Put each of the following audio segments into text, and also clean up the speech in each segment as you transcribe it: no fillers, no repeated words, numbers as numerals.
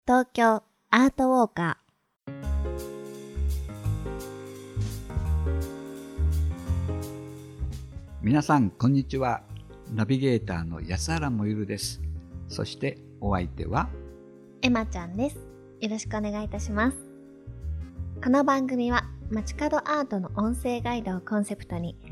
東京アートウォーカー。 皆さんこんにちは。ナビゲーターの安原もゆるです。そしてお相手はエマちゃんです。よろしくお願いいたします。この番組は街角アートの音声ガイドをコンセプトに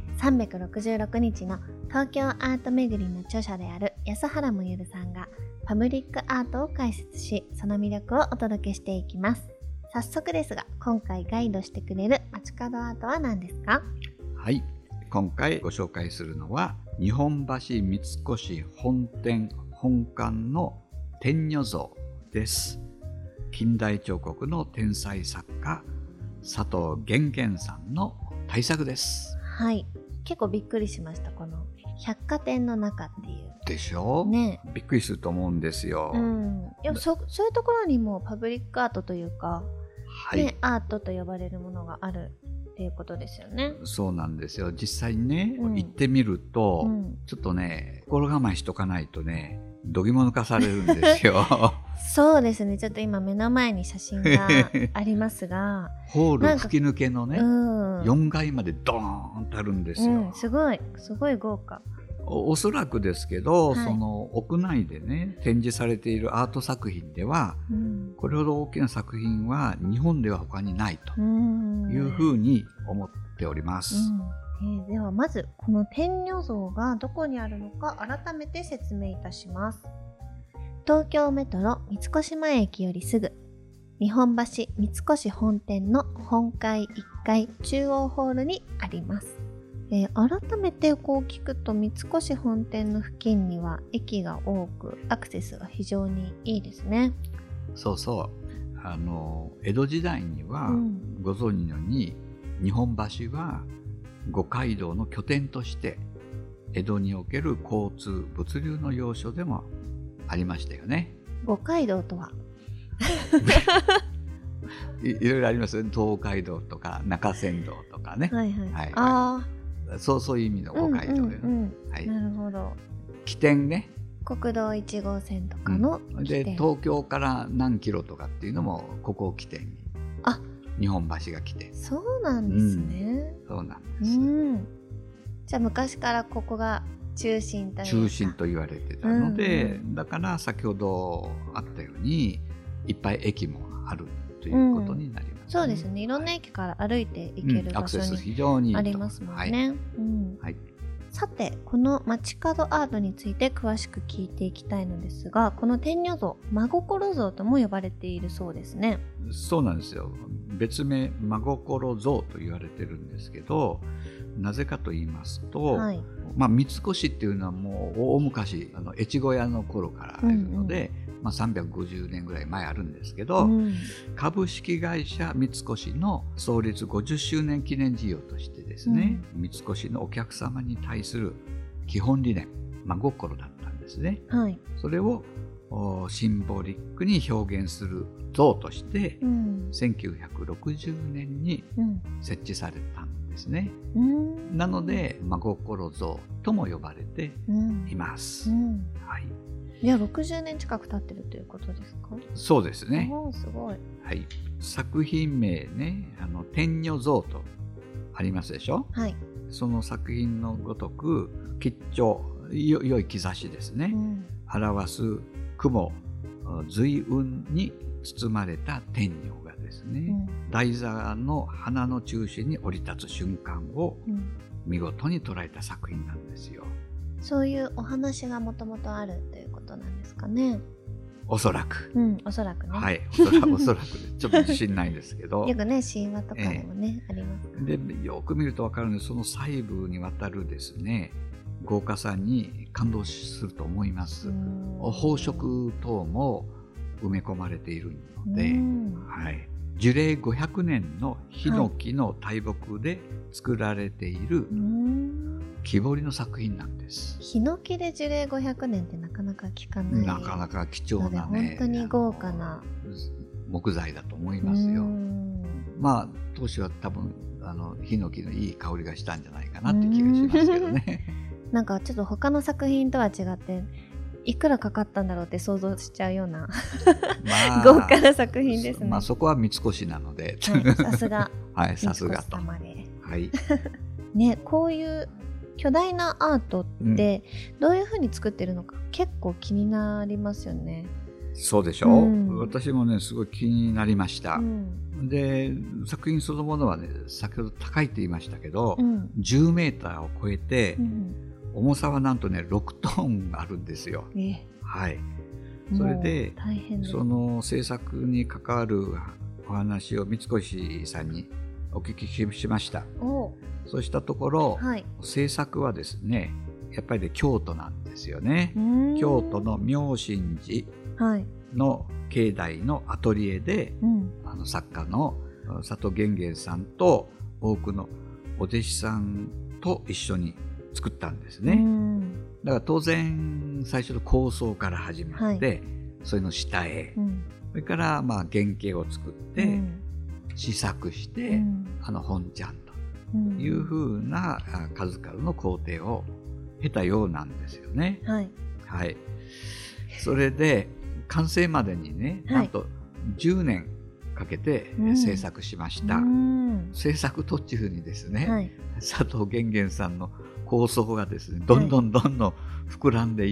366日の東京アート巡りの著者である安原もゆるさんがパブリックアートを解説し、その魅力をお届けしていきます。早速ですが、今回ガイドしてくれる街角アートは何ですか？ はい、今回ご紹介するのは日本橋三越本店本館の天女像です。近代彫刻の天才作家佐藤源元さんの大作です。 はい、結構びっくりしました。この百貨店の中っていうでしょう、 ね、 びっくりすると思うんですよ。 いや、そういうところにもパブリックアートというか、 はいね、アートと呼ばれるものがあるっていうことですよね。 そうなんですよ。実際にね、行ってみると、ちょっとね、心構えしとかないとね、どぎも抜かされるんですよ。 そうですね。ちょっと今目の前に写真がありますがホール吹き抜けのね、4階までドーンとあるんですよ。 すごい豪華。 おそらくですけど、その屋内でね展示されているアート作品では、これほど大きな作品は日本では他にないというふうに思っております。 ではまずこの天女像がどこにあるのか改めて説明いたします。東京メトロ三越前駅よりすぐ、日本橋三越本店の本館1階中央ホールにあります。改めてこう聞くと、三越本店の付近には駅が多くアクセスが非常にいいですね。 そうそう、江戸時代には、ご存知のように日本橋は五街道の拠点として江戸における交通物流の要所でもありましたよね。 五街道とはいろいろありますよね。東海道とか中山道とかね。そういう意味の五街道よね。 なるほど。 起点ね。 国道1号線とかの起点、 で東京から何キロとかっていうのもここを起点に、日本橋が来て。 そうなんですね。 そうなんです。 じゃあ昔からここが中心と言われてたので、だから先ほどあったようにいっぱい駅もあるということになります。 そうですね。いろんな駅から歩いて行ける場所にありますもんね。さて、この街角アートについて詳しく聞いていきたいのですが、この天女像、真心像とも呼ばれているそうですね。 そうなんですよ。別名真心像と言われてるんですけど、なぜかと言いますと、三越っていうのはもう大昔越後屋の頃からあるので、350年ぐらい前あるんですけど、株式会社三越の創立50周年記念事業としてですね、三越のお客様に対する基本理念、真心だったんですね。それをシンボリックに表現する像として、1960年に設置されたんですね。なので真心像とも呼ばれています。 いや、60年近く経ってるということですか？ そうですね。 すごい。 作品名ね、天女像とありますでしょ。その作品のごとく吉兆、良い兆しですね、表す雲、随雲に包まれた天女がですね、台座の花の中心に降り立つ瞬間を見事に捉えた作品なんですよ。 そういうお話がもともとあるということなんですかね。 おそらく。 おそらくね。 おそらくでちょっと自信ないんですけど。 よくね、神話とかでもね、ありますから。 で、よく見ると分かるんです。その細部にわたるですね、豪華さに感動すると思います。宝飾等も埋め込まれているので、樹齢500年のヒノキの大木で作られている木彫りの作品なんです。 ヒノキで樹齢500年ってなかなか聞かない。 なかなか貴重なね、 本当に豪華な木材だと思いますよ。当時は多分ヒノキのいい香りがしたんじゃないかなって気がしますけどね。 なんかちょっと他の作品とは違っていくらかかったんだろうって想像しちゃうような豪華な作品ですね。 そこは三越なので、 さすがはい、さすがと。 はいね、こういう巨大なアートってどういうふうに作ってるのか結構気になりますよね。 そうでしょう、私もねすごい気になりました、で作品そのものはね先ほど高いって言いましたけど、10メーターを超えて、重さはなんとね6トンあるんですよ。はい、それでその制作に関わるお話を三越さんにお聞きしました。そうしたところ、制作はですねやっぱりね京都なんですよね。京都の妙心寺の境内のアトリエで、作家の佐藤源元さんと多くのお弟子さんと一緒に作ったんですね。だから当然最初の構想から始まって、それの下絵、それからまあ原型を作って、試作して、本ちゃんというふうな数々の工程を経たようなんですよね。はい、それで完成までにね、なんと10年かけて制作しました。制作途中にですね、佐藤源元さんの構想がですねどんどん膨らんでいって、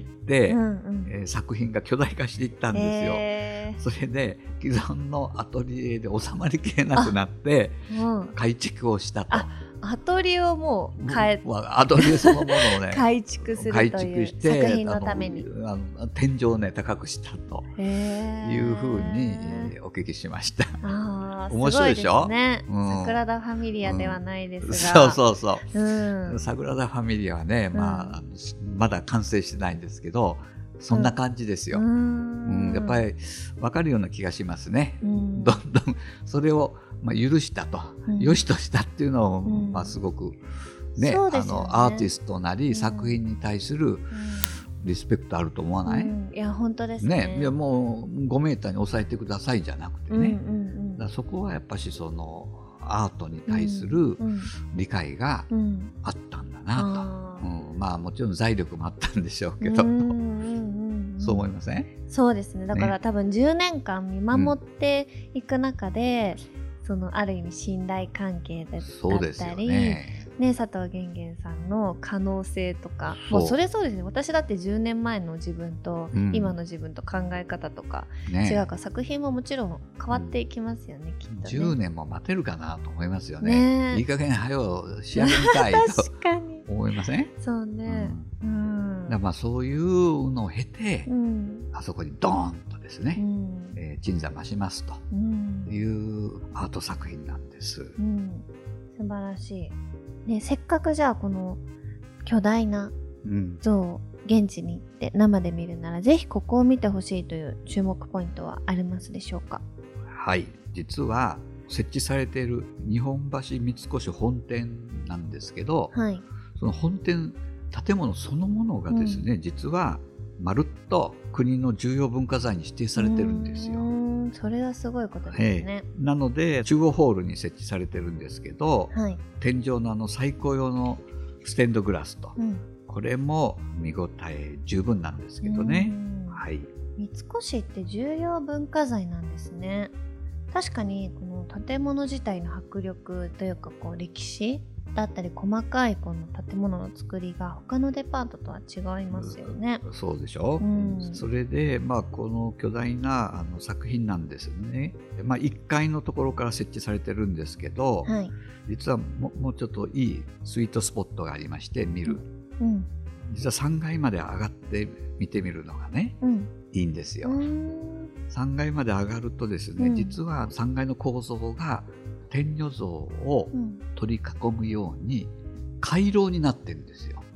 作品が巨大化していったんですよ。それで既存のアトリエで収まりきれなくなって改築をしたと。 アトリエをもうアトリエそのものをね改築するという作品のために天井をね高くしたというふうにお聞きしました。面白いでしょ。 サグラダ・ファミリアではないですが、 そうサグラダ・ファミリアはね、まだ完成してないんですけどそんな感じですよ。やっぱり分かるような気がしますね。どんどんそれを許したと、良しとしたっていうのを、すごくね、アーティストなり作品に対するリスペクトあると思わない？ いや本当ですね。 いやもう5メーターに抑えてくださいじゃなくてね、だからそこはやっぱしそのアートに対する理解があったんだなと。もちろん財力もあったんでしょうけど、そう思いません？ そうですね。だから多分10年間見守っていく中で、そのある意味信頼関係だったり、佐藤源元さんの可能性とか、もうそれそうですね。私だって10年前の自分と今の自分と考え方とか違うから作品ももちろん変わっていきますよね、きっとね。10 年も待てるかなと思いますよね。いい加減早う仕上げたいと思いません？そうね。そういうのを経て、あそこにドーンとですね、鎮座増しますというアート作品なんです。 素晴らしい。ね、せっかくじゃあこの巨大な像を現地に行って生で見るなら、ぜひここを見てほしいという注目ポイントはありますでしょうか？ はい、実は設置されている日本橋三越本店なんですけど、その本店建物そのものがですね、実はまるっと国の重要文化財に指定されてるんですよ。 それはすごいことですね。 なので中央ホールに設置されてるんですけど、天井の最高用のステンドグラスと、これも見応え十分なんですけどね。 三越って重要文化財なんですね。確かにこの建物自体の迫力というか、こう歴史だったり細かいこの建物の作りが他のデパートとは違いますよね。 そうでしょ。それでこの巨大な作品なんですね。1階のところから設置されてるんですけど、実はもうちょっといいスイートスポットがありまして見る、実は3階まで上がって見てみるのがね、いいんですよ。3階まで上がるとですね、実は3階の構造が天女像を取り囲むように回廊になってるんですよ。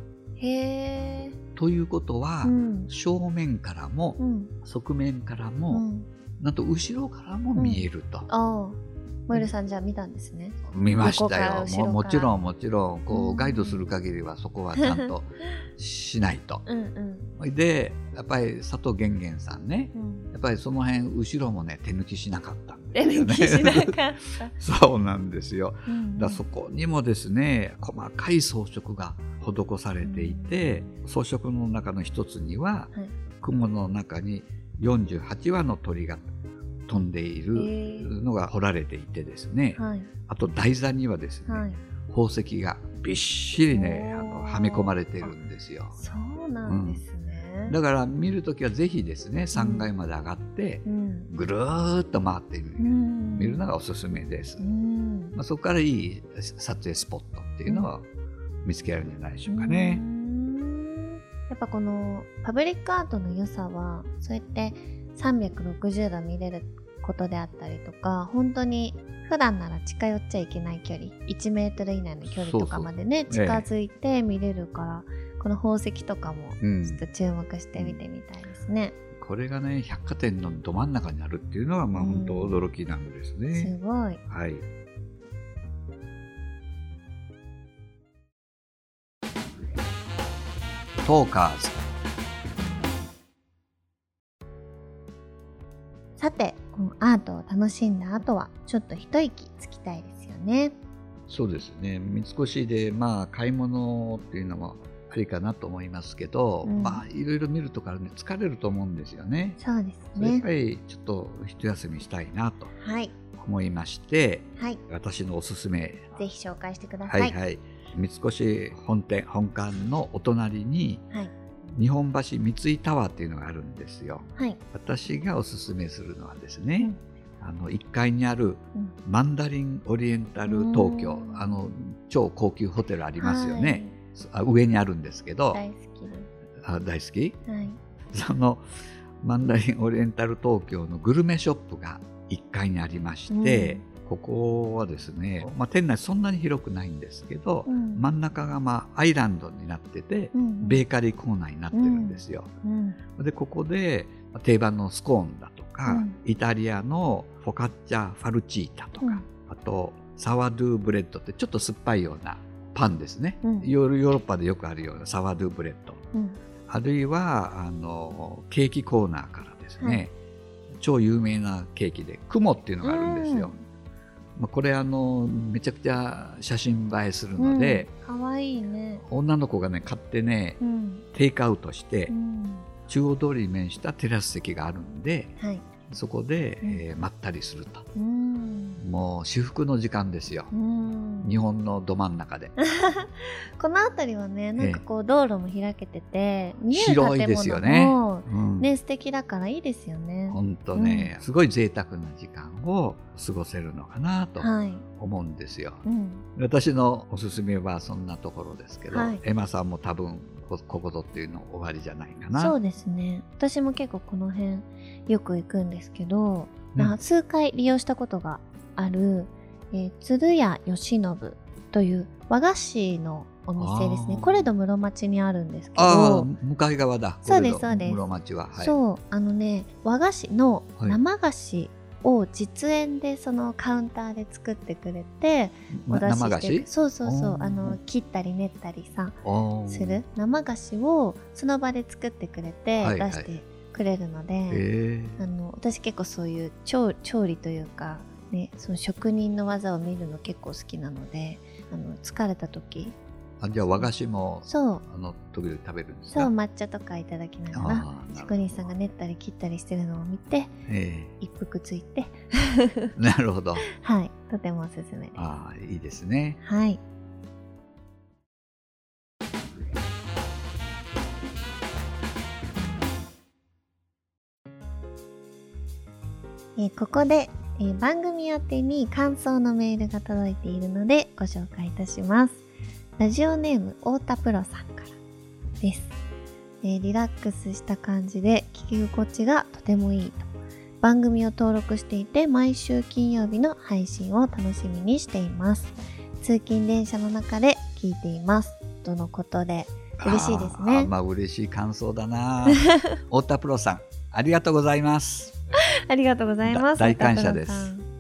ということは、正面からも、側面からも、なんと後ろからも見えるとモエルさんじゃあ見たんですね。 見ましたよ。もちろんこう、ガイドする限りはそこはちゃんとしないと。でやっぱり佐藤源元さんね、やっぱりその辺後ろもね手抜きしなかったんですよね。 手抜きしなかったそうなんですよ。だそこにもですね細かい装飾が施されていて、装飾の中の一つには、雲の中に48羽の鳥が飛んでいるのが彫られていてですね、あと台座にはですね、宝石がびっしりねはめ込まれているんですよ。 そうなんですね。 だから見るときはぜひですね3階まで上がって、ぐるーっと回って見るのがおすすめです。そこからいい撮影スポットっていうのを見つけられるんじゃないでしょうかね。 やっぱこのパブリックアートの良さはそうやって360度見れることであったりとか、本当に普段なら近寄っちゃいけない距離、1メートル以内の距離とかまでね近づいて見れるから、この宝石とかもちょっと注目して見てみたいですね。 これがね百貨店のど真ん中にあるっていうのは本当驚きなんですね。 すごい。 はい。トーカーズ。 さて、このアートを楽しんだ後はちょっと一息つきたいですよね。 そうですね。三越で買い物っていうのもありかなと思いますけど、いろいろ見るとからね疲れると思うんですよね。 そうですね。 やっぱりちょっと一休みしたいなと思いまして、私のおすすめぜひ紹介してください。 三越本館のお隣に、日本橋三井タワーっていうのがあるんですよ。私がおすすめするのはですね、1階にあるマンダリンオリエンタル東京、超高級ホテルありますよね。上にあるんですけど、 大好きです。 大好き？そのマンダリンオリエンタル東京のグルメショップが1階にありまして、ここはですね、店内そんなに広くないんですけど、真ん中がアイランドになってて、ベーカリーコーナーになってるんですよ。でここで定番のスコーンだとか、イタリアのフォカッチャファルチータとか、あとサワドゥブレッドってちょっと酸っぱいようなパンですね。ヨーロッパでよくあるようなサワドゥブレッド、あるいはケーキコーナーからですね、超有名なケーキで雲っていうのがあるんですよ。これめちゃくちゃ写真映えするので、 かわいいね。 女の子がね買ってね、テイクアウトして、中央通りに面したテラス席があるんで、そこで、まったりすると、もう至福の時間ですよ。日本のど真ん中でこの辺りはね、なんかこう道路も開けてて、 広いですよね。 素敵だからいいですよね。 本当ね、すごい贅沢な時間を過ごせるのかなと思うんですよ。私のおすすめはそんなところですけど、エマさんも多分ここぞっていうの終わりじゃないかな。 そうですね。私も結構この辺よく行くんですけど、数回利用したことがある、鶴屋吉信という和菓子のお店ですね。コレド室町にあるんですけど、 向かい側だ。 そうですそうです。 室町は、 そう和菓子の生菓子を実演でそのカウンターで作ってくれてお出ししてる。そう切ったり練ったりする生菓子をその場で作ってくれて出してくれるので、私結構そういう調理というかね、その職人の技を見るの結構好きなので、疲れた時じゃあ和菓子も時々食べるんですか？ そう、抹茶とかいただきながら職人さんが練ったり切ったりしてるのを見て、一服ついてなるほどはい、とてもおすすめです。 いいですね。 はい。ここで番組宛てに感想のメールが届いているのでご紹介いたします。ラジオネーム太田プロさんからです。リラックスした感じで聞き心地がとてもいいと、番組を登録していて毎週金曜日の配信を楽しみにしています。通勤電車の中で聞いていますとのことで、嬉しいですね。 嬉しい感想だな太田プロさん、ありがとうございます。 ありがとうございます。 大感謝です。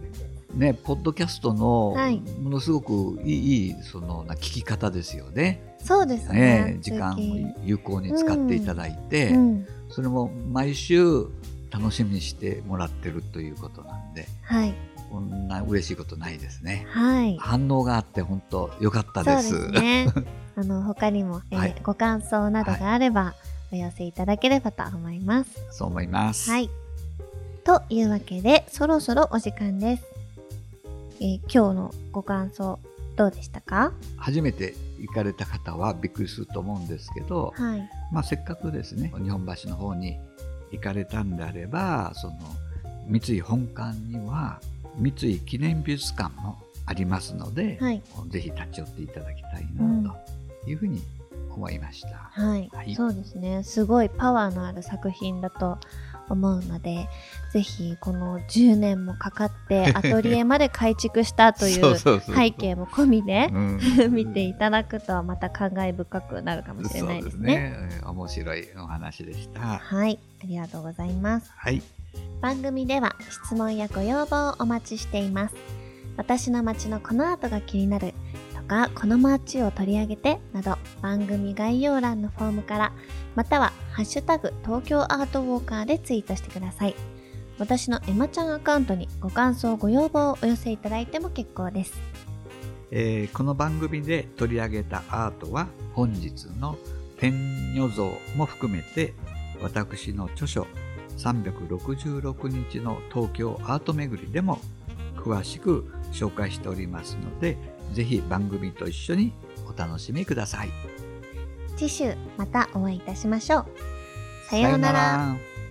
ね、ポッドキャストのはいものすごくいいその聞き方ですよね。 そうですね。 時間を有効に使っていただいて、 うんそれも毎週楽しみにしてもらってるということなんで、 はい。 こんな嬉しいことないですね。 はい。 反応があって本当良かったです。 そうですね。他にも、 はいご感想などがあれば、お寄せいただければと思います。 そう思います。 はい。というわけで、そろそろお時間です。今日のご感想、どうでしたか？ 初めて行かれた方はびっくりすると思うんですけど、 はい。 せっかくですね、日本橋の方に行かれたんであれば、その三井本館には三井記念美術館もありますので、 はい。 ぜひ立ち寄っていただきたいなというふうに思いました。 はい。 はいそうですね。すごいパワーのある作品だと思うので、ぜひこの10年もかかってアトリエまで改築したという背景も込みで見ていただくとまた感慨深くなるかもしれないですね。 そうですね。面白いお話でした。 はい。ありがとうございます。 はい。 番組では質問やご要望をお待ちしています。私の街のこの後が気になるとか、この街を取り上げてなど、番組概要欄のフォームからまたはハッシュタグ東京アートウォーカーでツイートしてください。私のエマちゃんアカウントにご感想ご要望をお寄せいただいても結構です。 この番組で取り上げたアートは本日の天女像も含めて私の著書366日の東京アート巡りでも詳しく紹介しておりますので、ぜひ番組と一緒にお楽しみください。 次週またお会いいたしましょう。さようなら。